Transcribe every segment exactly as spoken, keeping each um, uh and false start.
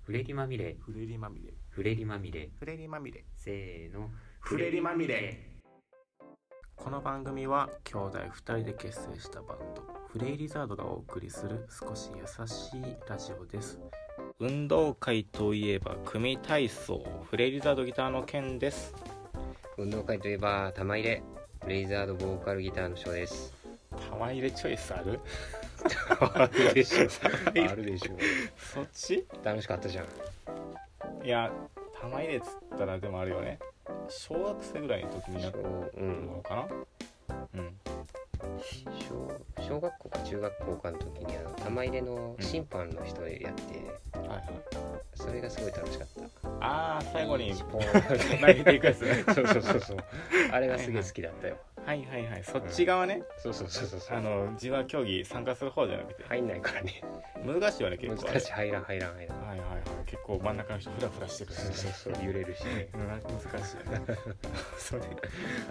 フレリまみれフレリまみれフレリまみれフレリまみれせーのフレリまみれ。この番組は兄弟ふたりで結成したバンドフレイリザードがお送りする少し優しいラジオです。運動会といえば組体操、フレイリザードギターのケンです。 運動会といえば玉入れフレイザードボーカルギターのショーです。 玉入れチョイスある？ あるでしょあるでしょそっち？ 楽しかったじゃん。 いや玉入れっつったらでもあるよね、小学生ぐらいの時にやったのかな。うん、 小, 小学校か中学校かの時にあの玉入れの審判の人でやって、 うん、はいはい、 それがすごい楽しかった。 ああ最後にポーン投げていくやつねそうそうそうそうあれがすげえ好きだったよ。 はいはいはい、そっち側ね、 うん、そうそうそうそう、 あの自分は競技参加する方じゃなくて入んないからね。 難しいよね結構。 難しい、入らん入らん入らん。 はいはいはい、結構真ん中の人フラフラしてくる、ね、 そうそうそう揺れるしね難しいよねそれ、はい、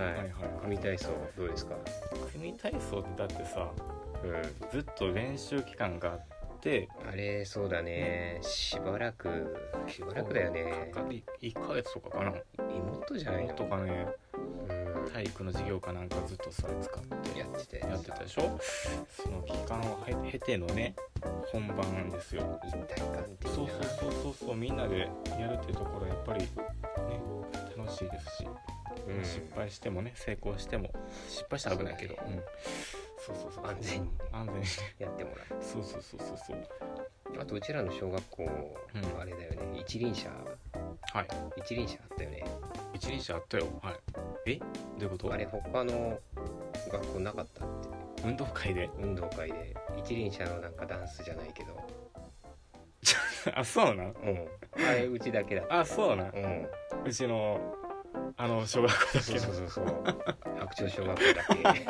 はいはい、 組体操どうですか？ 組体操ってだってさ、 うん、ずっと練習期間があってあれそうだね、しばらくしばらくだよね。 いっかげつとかかな。 もっとじゃないのとかね、 うん、 体育の授業かなんかずっとそれ使ってやってたやってたでしょ。その期間を経てのね本番ですよ。 一体感的な。 そうそうそうそう、みんなでやるっていうところはやっぱりね楽しいですし、うん、失敗してもね成功しても、失敗したら危ないけど、そう、ね、うん、そうそうそう安全に安全にやってもらう。 そうそうそうそうそう。 あとうちらの小学校、うん、あれだよね、一輪車、 はい、 一輪車あったよね。 一輪車あったよ。はい。え、どういうこと？ あれ他の学校なかったって。 運動会で運動会で一輪車のなんかダンスじゃないけどあ、そうなん？うん、 あれうちだけだった。 あ、そうなん、うん、うちのあの小学校だけ。 そうそうそうそう白鳥小学校だけ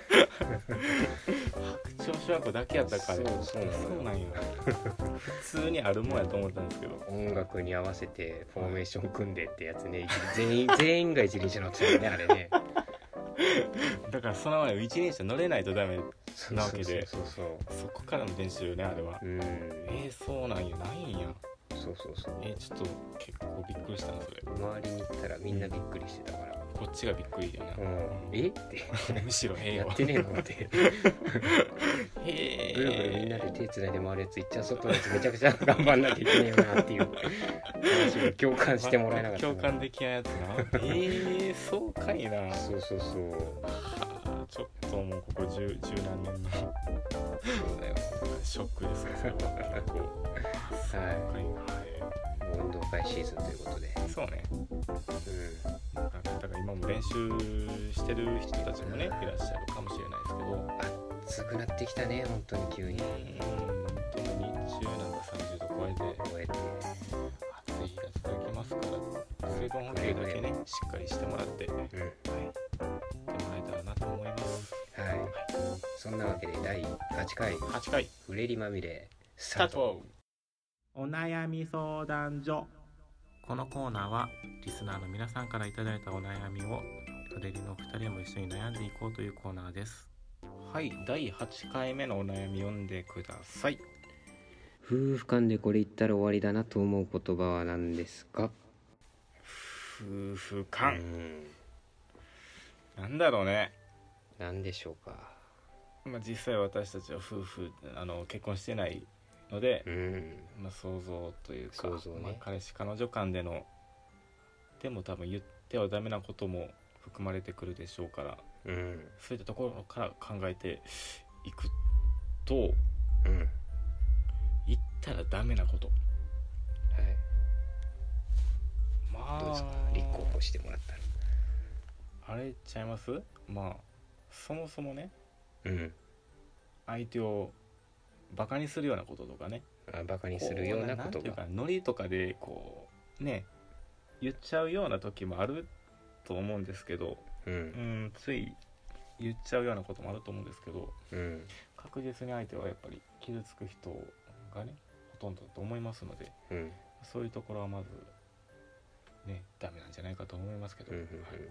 白鳥小学校だけやったから。そうそうそうなんよ普通にあるもんやと思ったんですけど、 音楽に合わせてフォーメーション組んでってやつね。全員全員が一輪車乗ってたよねあれねだからその前一輪車乗れないとダメなわけで、 そうそうそうそう、 そこからの練習ねあれは。うん、えー、そうなんや、ないんや。 そうそうそう、 えー、ちょっと結構びっくりしたなそれ。 周りに行ったらみんなびっくりしてたから、 うん、こっちがびっくりだよね、 うん、えってむしろええよやってねえのってへえ、 ぐるぐるみんなで手つないで回るやつ、いっちゃ外のやつめちゃくちゃ頑張んなきゃいけねえよなっていう話を共感してもらえなかったな。 共感できないやつなえー、そうかいな。 そうそうそう、 はあ、ちょっともうここ十十何年のそうだよ、 ショックですねそれは結構はい、 はい、運動会シーズンということで。 そうね、 うん、 だから今も練習してる人たちもねいらっしゃるかもしれないですけど、 暑くなってきたね本当に急に。うん、 特に日中なんかさんじゅうど超えて超えて暑い日が続きますから、水分補給だけねしっかりしてもらって、うん、はい、やってもらえたらなと思います。 はい、はい、そんなわけでだいはちかいはちかいフレリまみれスタート。 お悩み相談所。このコーナーはリスナーの皆さんからいただいたお悩みをフレリのふたりも一緒に悩んでいこうというコーナーです。はい、だいはちかいめのお悩み読んでください。 夫婦間でこれ言ったら終わりだなと思う言葉は何ですか？ 夫婦間、なんだろうね。 なんでしょうか。 まあ、実際私たちは夫婦あの結婚してないので、うん、まあ、想像というか、ね、まあ、彼氏彼女間でのでも多分言ってはダメなことも含まれてくるでしょうから、うん、そういったところから考えていくと、うん、言ったらダメなこと、はい、 まあどうですか、立候補してもらったら。 あれちゃいます？まあそもそもね、 うん、 相手をバカにするようなこととかね、 あ、バカにするようなことが、 ノリとかでこうね言っちゃうような時もあると思うんですけど、うん、うん、つい言っちゃうようなこともあると思うんですけど、うん、確実に相手はやっぱり傷つく人がねほとんどだと思いますので、うん、そういうところはまずねダメなんじゃないかと思いますけど、うんうんうん、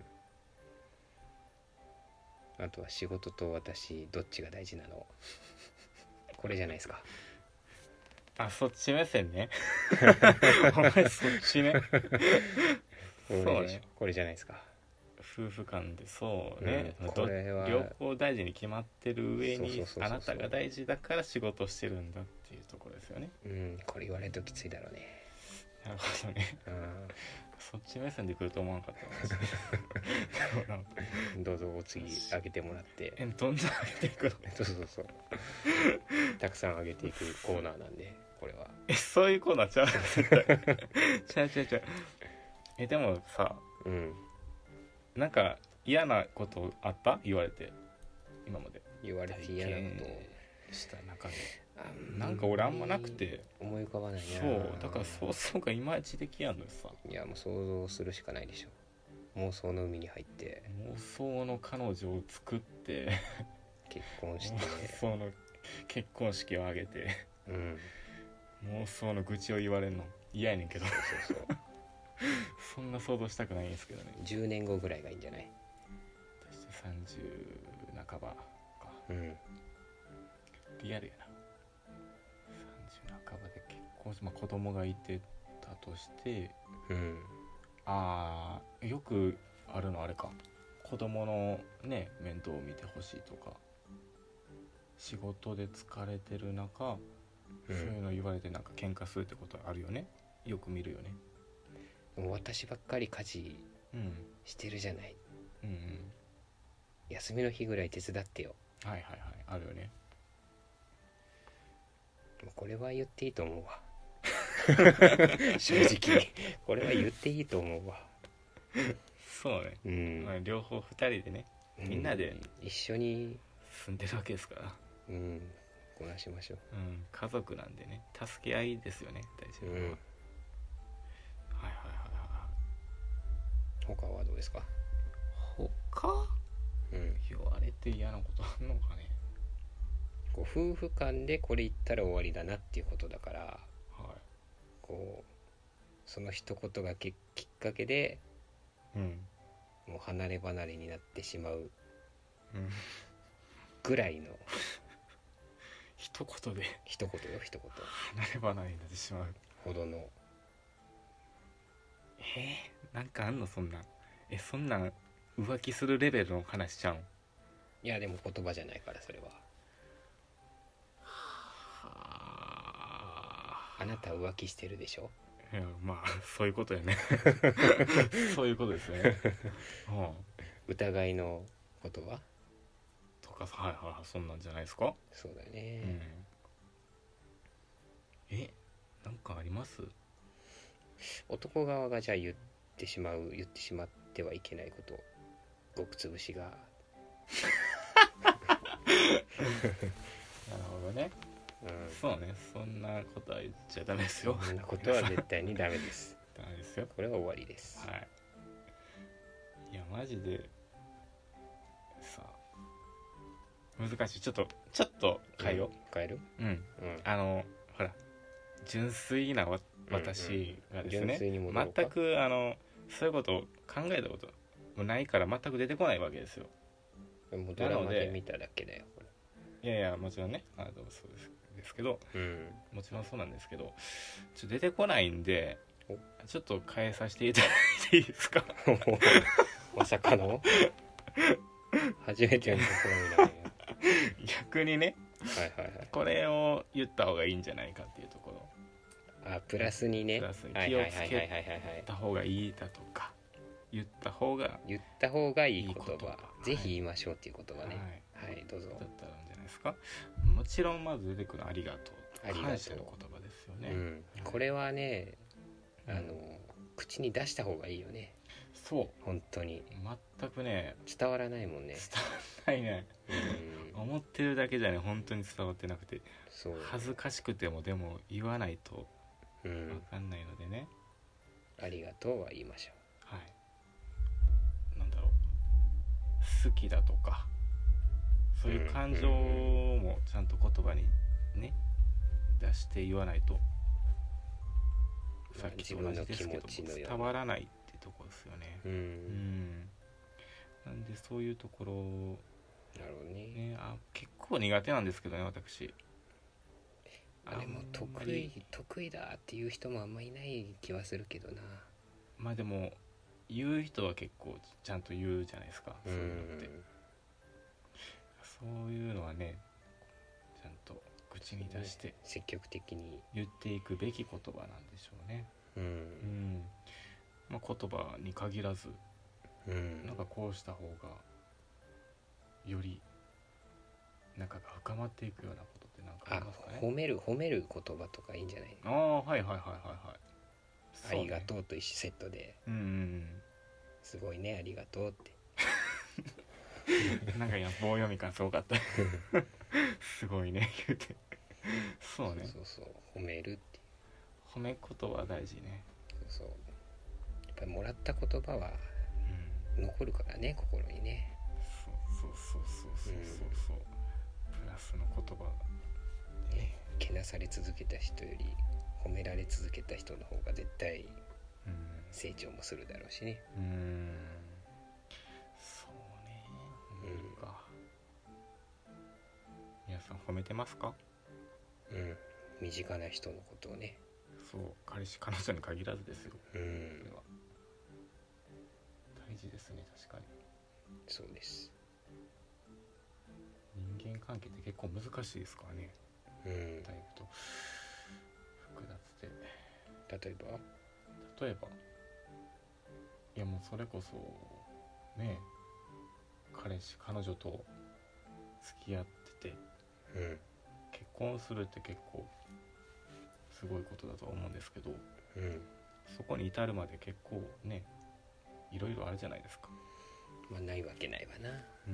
はい、あとは仕事と私どっちが大事なのこれじゃないですか。 あ、そっち目線ねお前そっちねそうね、これじゃないですか。 夫婦間でそうね、 うん、これは両方大事に決まってる上にあなたが大事だから仕事してるんだっていうところですよね。 うん、これ言われるときついだろうね。 なるほどね、うん、そっち目線で来ると思わなかったどうぞお次上げてもらって。 えどんどん上げていくのそうそうそうたくさん上げていくコーナーなんで、これはえそういうコーナーちゃうちゃうちゃうちゃうえでもさ、うん、なんか嫌なことあった？言われて、今まで言われて嫌なことをした中でなんか俺あんまなくて思い浮かばないな。 そうだから想像がいまいちできやんのさ。 いやもう想像するしかないでしょ。妄想の海に入って妄想の彼女を作って結婚して妄想の結婚式を挙げて、うん、妄想の愚痴を言われるの嫌やねんけどそうそうそうそんな想像したくないんですけどね。 じゅうねんごぐらいがいいんじゃない？ 私さんじゅう半ばか、うん、リアルやな。さんじゅう半ばで結婚し、まあ、子供がいてたとして、うん、ああよくあるのあれか、子供のね面倒を見てほしいとか、仕事で疲れてる中、うん、そういうの言われてなんか喧嘩するってことあるよね。よく見るよね。 もう私ばっかり家事してるじゃない、うんうんうん、休みの日ぐらい手伝ってよ。 はいはいはい、あるよね。 これは言っていいと思うわ正直これは言っていいと思うわそうね、うんまあ、両方ふたりでね、みんなで、 うん、一緒に住んでるわけですから、 うん、こなしましょう、 うん、家族なんでね、助け合いですよね、大事なのは、うん、はいはいはいはい他はどうですか？ 他、うん、言われて嫌なことあんのかね。 こう夫婦間でこれ言ったら終わりだなっていうことだから、はい、こうその一言がき, きっかけで、うん、もう離れ離れになってしまうぐらいの、うん、 一言で一言よ一言離れ離れになってしまうほどの。 えー、なんかあんのそんな、えそんなん浮気するレベルの話しちゃうん？ いやでも言葉じゃないからそれは。あなた浮気してるでしょ。 いやまあそういうことやねそういうことですね、 うん、疑いの言葉とかさ、はいはい、そんなんじゃないですか。 そうだね、 うん、えなんかあります？ 男側がじゃあ言ってしまう言ってしまってはいけないこと、ごくつぶしがなるほどね、うん、そうね、そんなことは言っちゃダメですよ。 そんなことは絶対にダメですダメですよ、 これは終わりです。 はい。いやマジでさ難しい。ちょっとちょっと変えよう、うん、 変える、 うん、うん、あのほら純粋なわ私がですね、うんうん、全くあのそういうことを考えたこともないから全く出てこないわけですよ。 もうドラマで見ただけだよこれ。いやいやもちろんね、あのそうですですけど、うん、もちろんそうなんですけど、ちょっと出てこないんでちょっと変えさせていただいていいですかまさかの初めてのところになる逆にね、 はいはいはい、 これを言った方がいいんじゃないかっていうところ、 あプラスにね、 プラスに気をつけた方がいいだとか、言った方が言った方がいい言葉、いい言葉ぜひ言いましょうっていう言葉ね、はい、はい、どうぞ。 だったらいいんじゃないですか。もちろんまず出てくるありがとう、感謝の言葉ですよね、うん、 これはねあの、うん、口に出した方がいいよね。 そう本当に全くね伝わらないもんね。 伝わらないね、うん、思ってるだけじゃね本当に伝わってなくて、そう恥ずかしくてもでも言わないと分かんないのでね、 うん、ありがとうは言いましょう。はい、なんだろう、好きだとかそういう感情もちゃんと言葉にね出して言わないと、さっきと同じですけども伝わらないってとこですよね。うん、うん、なんでそういうところ、 なるほどね。 ね、あ結構苦手なんですけどね私。 あれも得意得意だっていう人もあんまいない気はするけどな。 まあでも言う人は結構ちゃんと言うじゃないですか、そういうのって。そういうのはねちゃんと口に出して積極的に言っていくべき言葉なんでしょうね。うん、うん、まあ、言葉に限らず、うん、なんかこうした方がより仲が深まっていくようなことってなんかありますかね。 褒める褒める言葉とかいいんじゃない？ ああ、はいはいはいはいはい、 ありがとうと一緒セットで、うんうんうん、すごいねありがとうってなんか今棒読み感すごかったすごいね言うてそうね、 そうそうそう褒めるって褒め言葉大事ね。 そうそう、やっぱりもらった言葉は残るからね、うん、心にね。 そうそうそうそうそうそうそう、うん、プラスの言葉ね、けなされ続けた人より褒められ続けた人の方が絶対成長もするだろうしね。うん、うん、 そうね、うんか。皆さん褒めてますか？ うん、身近な人のことをね。 そう、彼氏彼女に限らずですよ、うん、それは大事ですね。確かにそうです。 人間関係って結構難しいですからね、うん、だいぶと複雑で。 例えば例えばいやもうそれこそね、彼氏彼女と付き合ってて、うん、結婚するって結構すごいことだと思うんですけど、うん、そこに至るまで結構ねいろいろあるじゃないですか。 まあないわけないわな。うん、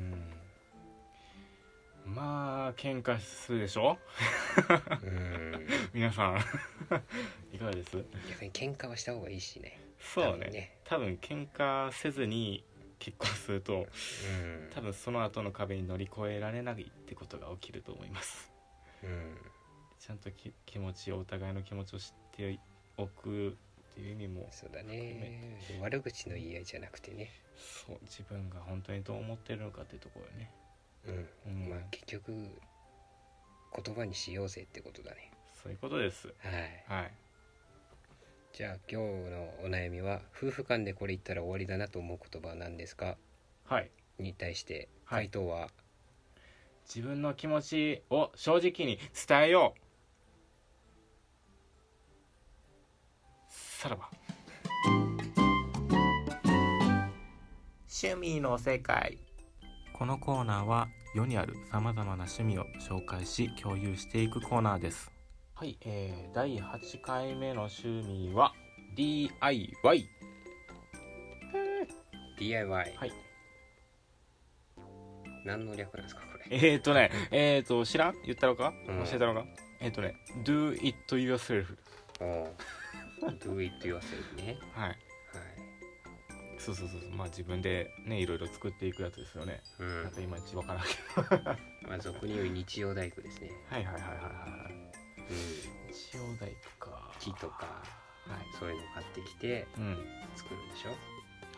まあ喧嘩するでしょうん皆さんいかがです？ 逆に喧嘩はした方がいいしね。 そうね、ね、多分喧嘩せずに結婚すると、うん、多分その後の壁に乗り越えられないってことが起きると思います、うん、ちゃんとき気持ちをお互いの気持ちを知っておくっていう意味も。 そうだね、悪口の言い合いじゃなくてね、 そう自分が本当にどう思ってるのかっていうところね、 うん、うん、まあ結局言葉にしようぜってことだね。 そういうことです。 はい、はい。じゃあ今日のお悩みは夫婦間でこれ言ったら終わりだなと思う言葉は何ですか？ はい。 に対して回答は、はい、 自分の気持ちを正直に伝えよう。さらば趣味の世界。このコーナーは世にあるさまざまな趣味を紹介し共有していくコーナーです。はい、えー、だいはちかいめの趣味は ディーアイワイ。 ディーアイワイ、 はい、 何の略なんですかこれ？ えーとねえーと知らん？言ったのか、うん、教えたのか。えーとね Do it yourself。 Do it yourself ねはい、はい、そうそうそうそう、まあ自分でねいろいろ作っていくやつですよね、うん、なんかいまいちわからんけどまあ俗に言う日曜大工ですね。 はいはいはいはいはい、うん、日曜大工か。 木とか、はい、そういうの買ってきて作るんでしょ、うん、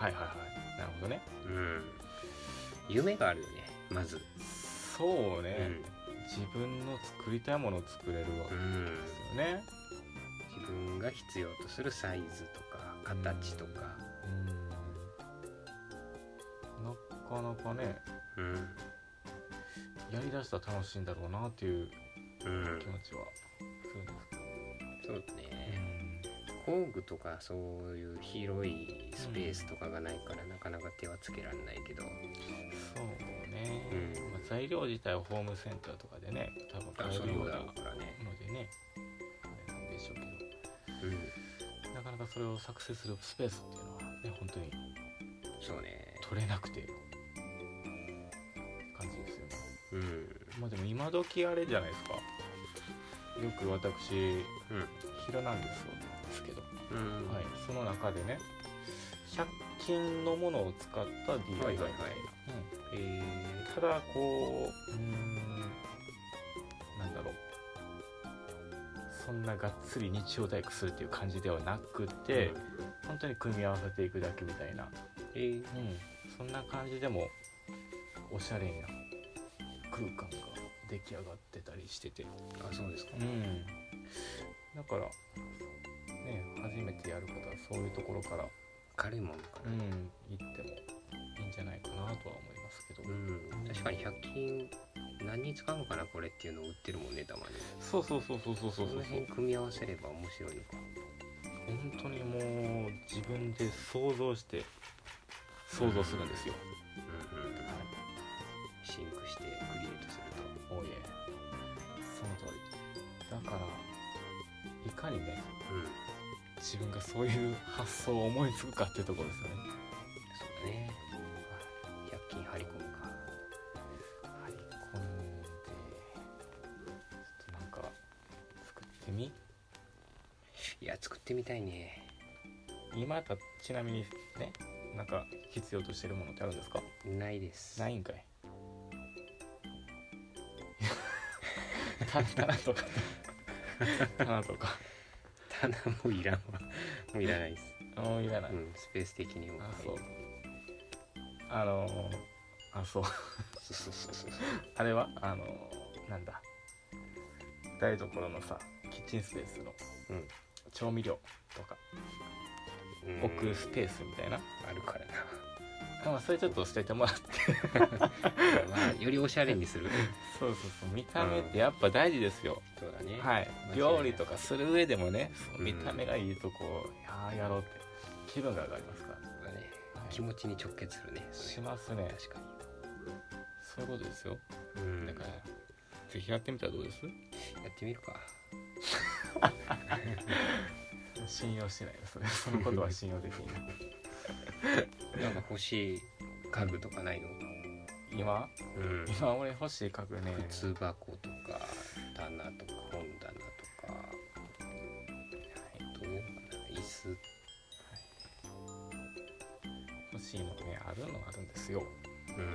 はいはいはい、なるほどね、 うん、夢があるよねまず。 そうね、うん、自分の作りたいものを作れるわけですよね、 うん、自分が必要とするサイズとか形とか、うんうん、なかなかね、うん、やりだしたら楽しいんだろうなっていう気持ちはするんですけど、 そうだね、うん、工具とかそういう広いスペースとかがないから、うん、なかなか手はつけられないけど、 そうね、うんまあ、材料自体はホームセンターとかでね多分買えるようなのでねあれなんでしょうけど、うん、なかなかそれを作成するスペースっていうのはね本当にそうね取れなくて感じですよね、うん、まあでも今時あれじゃないですか、よく私、うん、ヒラなんですよですけど、うんはい、その中でねひゃく均のものを使った ディーアイワイ、はいはいはい、うんえー、ただこう、うーんなんだろう、そんながっつり日曜大工するっていう感じではなくて、うん、本当に組み合わせていくだけみたいな、えーうん、そんな感じでもおしゃれな空間が出来上がってたりしてて。 あ、そうですか。 うんだからね、初めてやる方はそういうところから軽いものから、 うん、行ってもいいんじゃないかなとは思いますけど、 うん、確かにひゃく均何に使うのかなこれっていうのを売ってるもんね、たまに。 そうそうそうそうそうそうそう、 その辺組み合わせれば面白いのか。 本当にもう自分で想像して想像するんですよ、うんうんうん、はい、 シンクしてクリエイトすると、 おいえ、その通りだから、いかにね、うん、自分がそういう発想を思いつくかっていうところですよね。 そうだね、ひゃく均張り込むか。 張り込んでちょっとなんか作ってみ。 いや、作ってみたいね。 今たちなみにね、なんか必要としてるものってあるんですか？ ないです。 ないんかい。棚とか棚とか棚もいらんわ。もういらないです。 もういらない、うん、 スペース的にも。 あ、そう、あのー、あ、そうそうそうそうそうあれはあのー、なんだ、台所のさ、キッチンスペースの、うん、調味料とか置くスペースみたいなあるからな。 まあ、それちょっと捨ててもらってまあ、よりおしゃれにする。 そうそうそう、見た目ってやっぱ大事ですよ、 うん、そうだね、 はい、料理とかする上でもね、そう見た目がいいとこう、やーやろうって気分が上がりますから、 そうだね、 はい、 気持ちに直結するね。 しますね、 確かにそういうことですよ、うん、だからぜひやってみたらどうです？やってみるか。 信用してないですね、そのことは信用できないなんか欲しい家具とかないの？ 今、うん、今俺欲しい家具ね、 靴箱とか棚とか本棚とか、はい、どういうのかな、椅子、はい、 欲しいのね、あるのあるんですよ、うん、うん、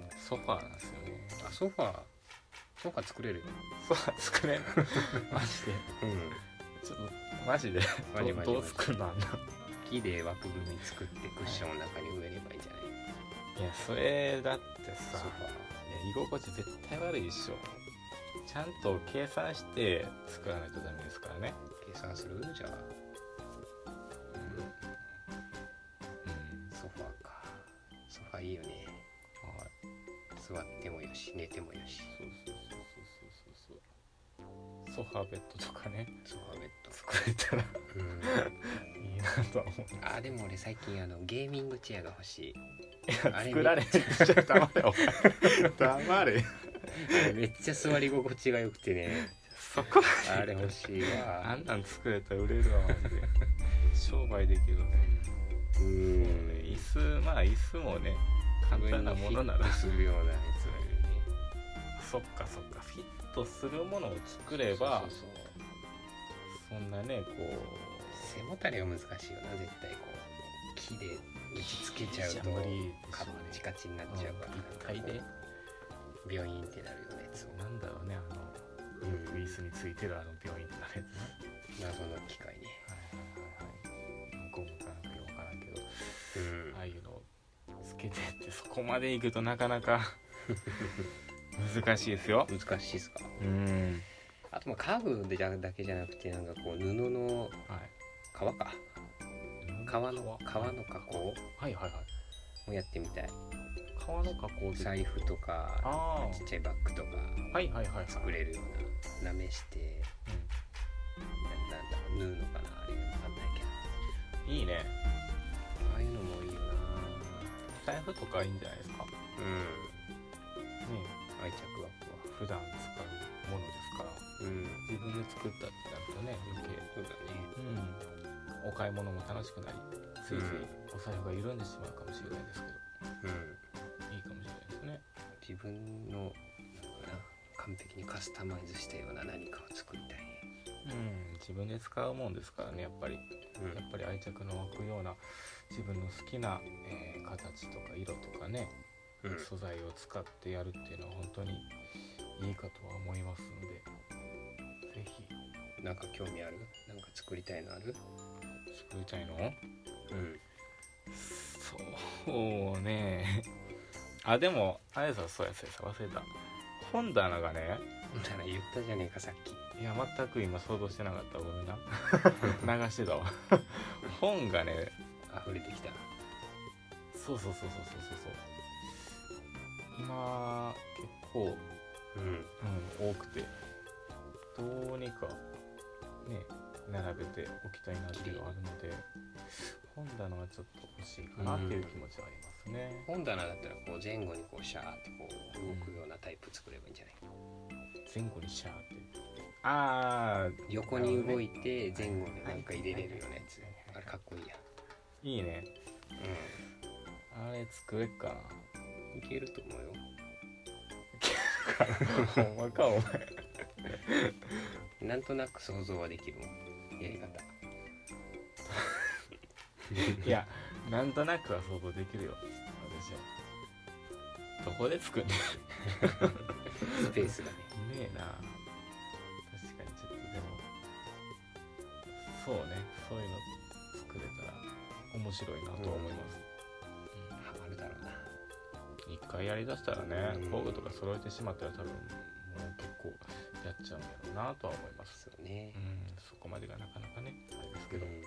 ソファーなんですよね。 あ、ソファーソファー作れるよ。 ソファー作れるマジで、うん、ちょっとマジでマジマジどう作るのあんな。 木で枠組み作ってクッションの中に植えればいいんじゃない？ いや、それだってさ、いや、居心地絶対悪いでしょ。ちゃんと計算して作らないとダメですからね。 計算する？じゃあ、うん、うん、ソファーか。ソファーいいよね。はい、座ってもよし、寝てもよし。 そうそうそうそうそうそう。ソファーベッドとかね。 ソファーベッド作れたら、うん、いいなとは思う。 あ、でも俺最近あのゲーミングチェアが欲しい。 いや、作られちゃ黙れよ黙れめっちゃ座り心地が良くてね、 そこあれ欲しいわ。 あんなん作れたら売れるわマジで商売できるね。うん、そうね、椅子、まあ椅子もね、簡単なものならするようなやつがいるね。 そっかそっか、フィットするものを作れば、そうそうそう、そんなね、こう背もたれが難しいよな、絶対こう木で打ちつけちゃうとカチカチになっちゃうから、 一回で病院ってなるよね。そうなんだろうね、あの、うん、椅子についてるあの病院ってなるやつね、 謎の機械ね。 はいはいはいはい、ゴムかなんかよくわからんけど、うん、ああいうのをつけてって、そこまでいくとなかなか難しいですよ。 難しいですか。 うん。 あとまあ家具でだけじゃなくて、なんかこう布の革か、革の革の加工、 はいはいはい、 もやってみたい。 革の加工、 財布とかちっちゃいバッグとか作れるような、なめして、うん、なんだ縫うのかな、あれわかんないけど、いいね。ああいうのもいいよな。 財布とかいいんじゃないですか。うん。 ね、愛着は普段使うものですから、うん、自分で作ったってなるとね、余計、 そうだね、 うん、お買い物も楽しくなり、ついついお財布が緩んでしまうかもしれないですけど、うん、いいかもしれないですね。 自分のなんかな、完璧にカスタマイズしたような何かを作りたい。 うん、自分で使うもんですからね、やっぱり、うん、やっぱり愛着の湧くような自分の好きな、えー、形とか色とかね、うん、素材を使ってやるっていうのは本当にいいかとは思いますので、ぜひ。 なんか興味ある？なんか作りたいのある？ 作りたいの？うん。そうね。あ、でもあれさ、そうやそうや忘れた。本棚がね、 だから言ったじゃねえかさっき。 いや全く今想像してなかった。ごめんな流してたわ本がね溢れてきた。 そうそうそうそうそうそう今結構、うんうん、多くてどうにかね並べておきたいなっていうのがあるので、本棚はちょっと欲しいかなっていう気持ちはありますね。 本棚だったらこう前後にこうシャーってこう動くようなタイプ作ればいいんじゃない？ 前後にシャーって、ああ横に動いて前後でなんか入れれるようなやつ、あれかっこいいや。 いいね。うん。あれ作れっかな。 いけると思うよ。 ほんまかお前なんとなく想像はできるもん、やり方いやなんとなくは想像できるよ私は。どこで作んねんスペースがねねえな。確かにちょっとでもそうね、そういうの作れたら面白いなと思います。 ハマるだろうな。 一回やりだしたらね、工具とか揃えてしまったら多分もう結構やっちゃうんやろうなとは思います。 そうね、 うん、そこまでがなかなかねあれですけど、うん、はい、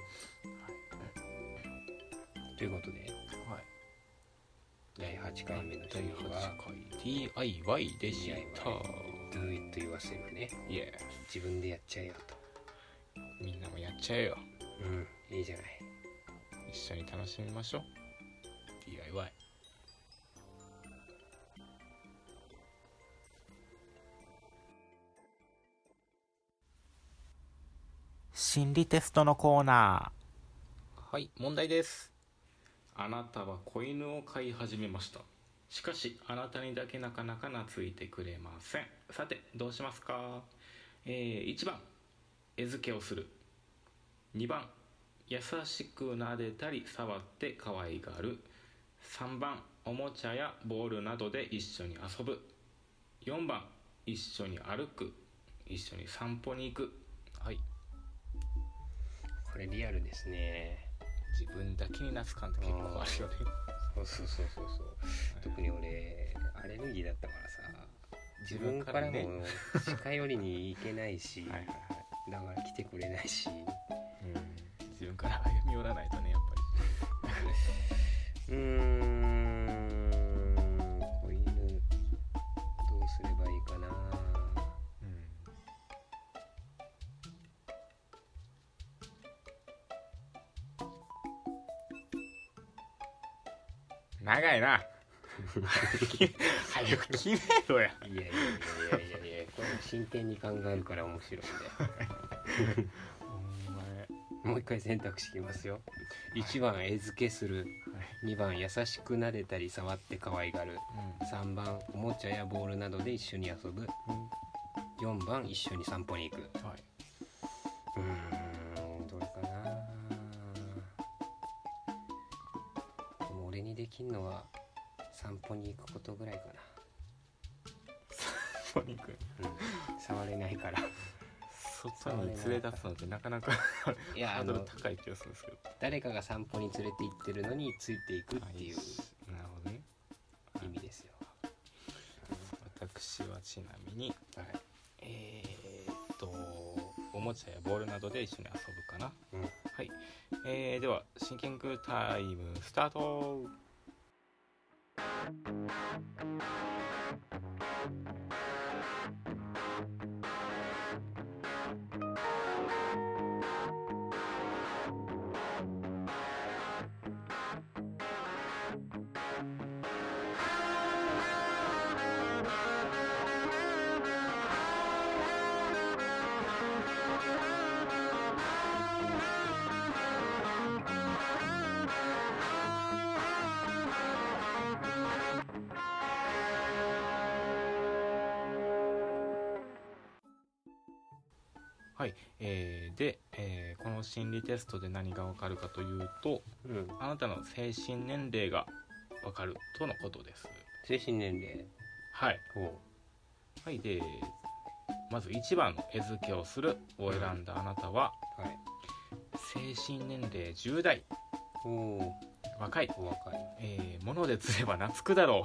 ということで、はい、だいはちかいめの授業はディーアイワイ でした。 Do it yourself ね。 Yes、 自分でやっちゃえよと。 みんなもやっちゃえよ。 うん、いいじゃない。 一緒に楽しみましょう。 ディーアイワイ。心理テストのコーナー。はい、問題です。あなたは子犬を飼い始めました。しかしあなたにだけなかなか懐いてくれません。さてどうしますか？えー、いちばん餌付けをする。にばん優しく撫でたり触って可愛がる。さんばんおもちゃやボールなどで一緒に遊ぶ。よんばん一緒に歩く。一緒に散歩に行く。はい、 これリアルですね。 自分だけになす感って結構あるよね。 そうそうそうそうそう、はい、特に俺アレルギーだったからさ、自分からも近寄りに行けないしはいはい、はい、だから来てくれないし、うん、 自分から歩み寄らないとねやっぱりうーん、子犬どうすればいいかな。 長いな早く決めろや。 いやいやいやいやいや、これ真剣に考えるから面白いんでもう一回選択肢いきますよ。いちばん餌付けする、にばん優しく撫でたり触って可愛がる、さんばんおもちゃやボールなどで一緒に遊ぶ、よんばん一緒に散歩に行く、はい、うーん、どれかな。でも俺にできんのは散歩に行くことぐらいかな。 散歩に行く、うん、 触れないから外に連れ出すのってなかなかいやハードル高い気がするんですけど、 誰かが散歩に連れて行ってるのについていくっていう、 なるほどね、 意味ですよ。 私はちなみに、はい、えー、っとおもちゃやボールなどで一緒に遊ぶかな、うん、はい、えー、ではシンキングタイムスタート。はい、えー、で、えー、この心理テストで何がわかるかというと、うん、あなたの精神年齢がわかるとのことです。 精神年齢、 はい、はい、でまずいちばんの餌付けをするを選んだあなたは、うん、はい、精神年齢じゅう代、お若い、 若い、 えー、物で釣れば懐くだろう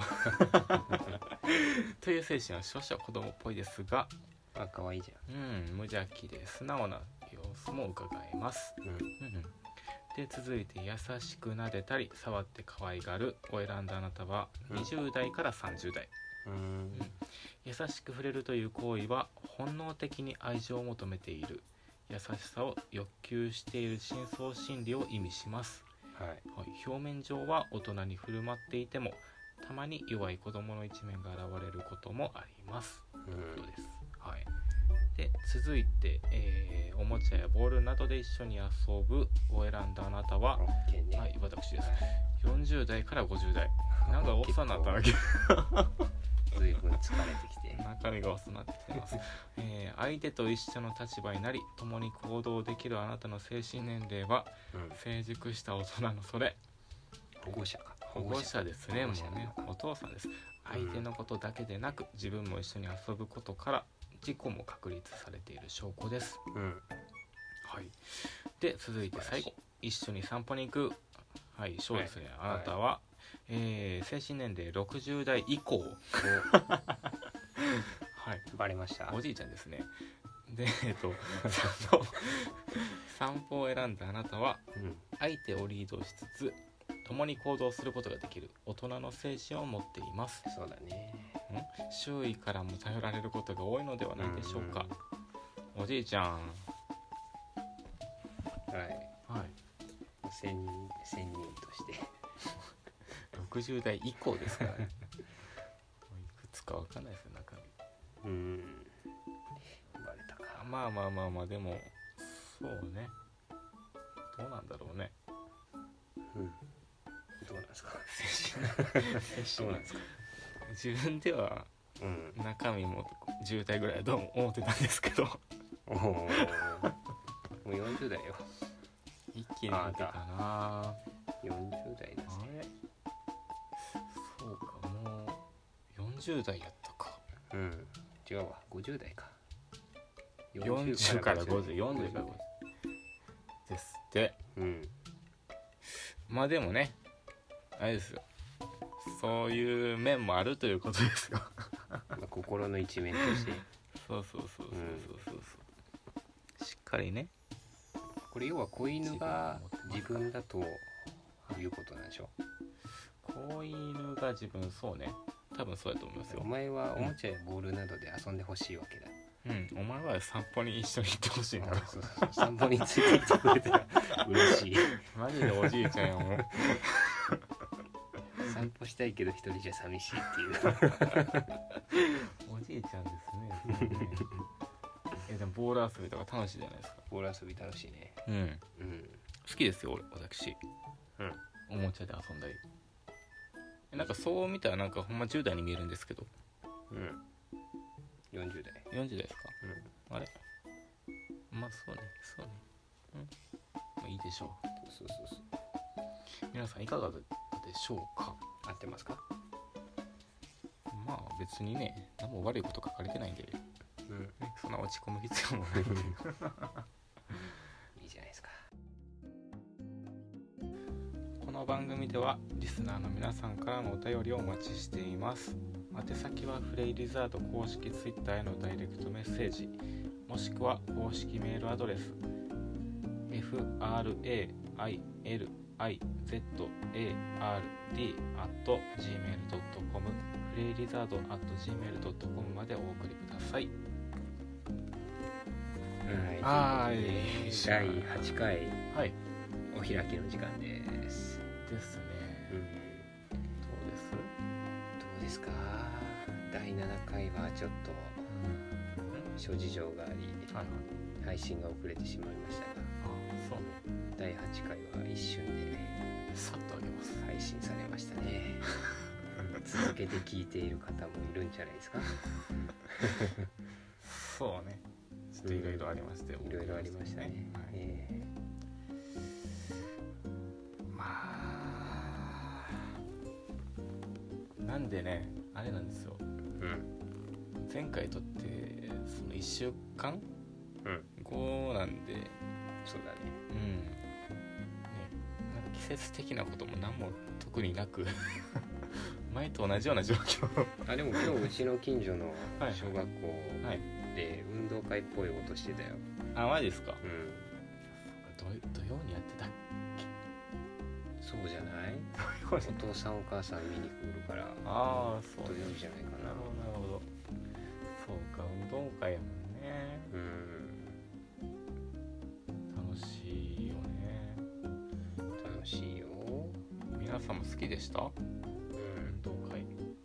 という精神は少々子供っぽいですが、 あ、可愛いじゃん、うん、無邪気で素直な様子も伺えます、うんうんうん、で続いて優しく撫でたり触って可愛がるを選んだあなたはにじゅう代からさんじゅう代、うんうん、優しく触れるという行為は本能的に愛情を求めている、優しさを欲求している深層心理を意味します、はいはい、表面上は大人に振る舞っていてもたまに弱い子供の一面が現れることもあります、うん、ということです、はい、で続いて、えー、おもちゃやボールなどで一緒に遊ぶを選んだあなたは、ね、はい、私です、よんじゅう代からごじゅう代、なんか遅なったわけ随分疲れてきて中身が遅なってきてます、えー、相手と一緒の立場になり共に行動できるあなたの精神年齢は、うん、成熟した大人のそれ保護者か保護者ですね、もうね、お父さんです。相手のことだけでなく、うん、自分も一緒に遊ぶことから自己も確立されている証拠です、うん、はい。で続いて最後、一緒に散歩に行く、はい、そうですね、はい、あなたは、はい、えー、精神年齢ろくじゅう代以降はい、 バレました。 おじいちゃんですね。で、えっと散歩散歩を選んだあなたは、うん、相手をリードしつつ共に行動することができる大人の精神を持っています。 そうだね。 ん周囲からも頼られることが多いのではないでしょうか。うんうん、おじいちゃん、 はいはい、仙人仙人としてろくじゅう代以降ですからねいくつかわかんないですよ、中身。うーん、 バレたか。 まあまあまあまあ、でもそうね、どうなんだろうね。 うん、どうなんですか精神どうなんですか。自分では中身もじゅう代ぐらいだと思ってたんですけどおおもうよんじゅう代よ。 一気に出てたな。 よんじゅう代だね。あれそうか、もうよんじゅう代やったか。 うん、違うわ、ごじゅう代か。 よんじゅうからごじゅう、よんじゅうからごじゅうですって。うん。まあでもね、あれですよ、そういう面もあるということですよ心の一面としてそうそうそうそうそうそう、うん、しっかりね。 これ要は子犬が自分だということなんでしょ。 子犬が自分、そうね、多分そうだと思いますよ。 お前はおもちゃやボールなどで遊んでほしいわけだ。 うん、お前は散歩に一緒に行ってほしいな。 そうそう、散歩について行ってくれたら嬉しい。 マジでおじいちゃんやもん散歩したいけど一人じゃ寂しいっていうおじいちゃんですね。ねえ、でもボール遊びとか楽しいじゃないですか。 ボール遊び楽しいね。 うん、うん、好きですよ俺、私、うん、おもちゃで遊んだり。なんかそう見たらなんかほんまじゅう代に見えるんですけど、うん、 よんじゅう代。 よんじゅう代ですか、うん、あれ、まあそうね、そうね、うん、まあいいでしょう。 そうそうそう。 皆さんいかがでしょうか。 合ってますか。 まあ別にね、何も悪いこと書かれてないんで、うん、ね、そんな落ち込む必要もないんでいいじゃないですか。 この番組ではリスナーの皆さんからのお便りをお待ちしています。宛先はフレイリザード公式ツイッターへのダイレクトメッセージ、もしくは公式メールアドレス エフアールエーアイエルアイゼットエーアールディー アット ジーメール ドット コム フレイリザード アット ジーメール ドット コム までお送りください。 はい、だいはちかい、はい、お開きの時間ですですね、うん、どうですどうですか。だいななかいはちょっと、うん、諸事情があり、はい、配信が遅れてしまいましたが、あ、そうね、だいはちかいは一瞬でさっとあげます配信されましたね続けて聞いている方もいるんじゃないですかそうね、ちょっといろいろありまして、 いろいろありましたね、はい、えー、まあなんでね、あれなんですよ、うん、前回撮ってそのいっしゅうかんごなんで、 そうだね、 うんね、なんか季節的なことも何も特になく前と同じような状況あでも今日うちの近所の小学校で運動会っぽい音してたよ。 あ、マジですか。 うん土, 土曜にやってたっけ。 そうじゃないお父さんお母さん見に来るから。 ああそう土曜日じゃないかな。 なるほどなるほど。そうか運動会やもんね。 うん楽しいよね。 楽しいよ。 皆さんも好きでした？うん運動会。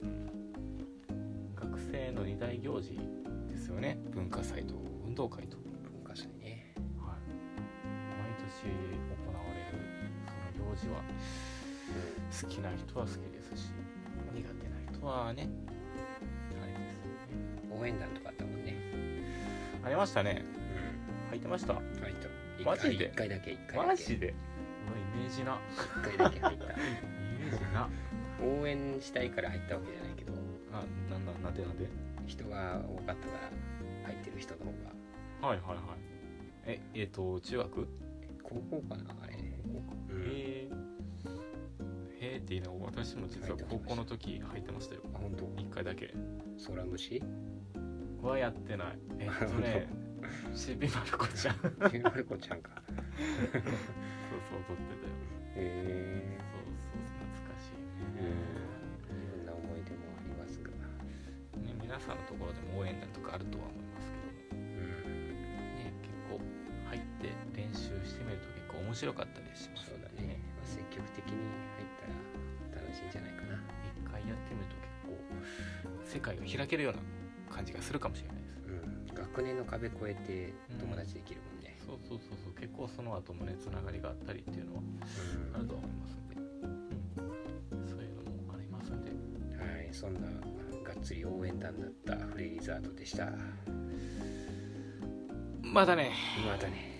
学生の二大行事ですよね。文化祭と運動会と。 文化祭ね。 行われるその行事は、うん、好きな人は好きですし苦手な人はねあれですよね。 応援団とかあったもんね。 ありましたね、 うん、 入ってました。 入ったマジでいっかいだけいっかいだけマジでイメージないっかいだけ入ったイメージな応援したいから入ったわけじゃないけどあなんだなんでなんで人が多かったから入ってる人の方がはいはいはいええっ、ー、と中学高校かなあれ、 うん、へえへーって言いながら私も実は高校の時入ってましたよ。 あ本当。 いっかいだけ空虫はやってない。えっとねちびまる子ちゃんちびまる子ちゃんかそうそうそう撮ってたよ。 へえそうそう懐かしいね。 いろんな思い出もありますが、 ね、皆さんのところでも応援団とかあるとは思いますけども、うんね、結構入って練習してみると結構面白かったりします。 そうだね、まあ、積極的に入ったら楽しいんじゃないかな。 一回やってみると結構世界が開けるような感じがするかもしれないです、 うん、学年の壁越えて友達できるもんね、 うん、そうそうそうそう結構その後もねつながりがあったりっていうのはあると思いますんで、うん、そういうのもありますんで、 はい、そんながっつり応援団だったフレイリザードでした。 またねまたね。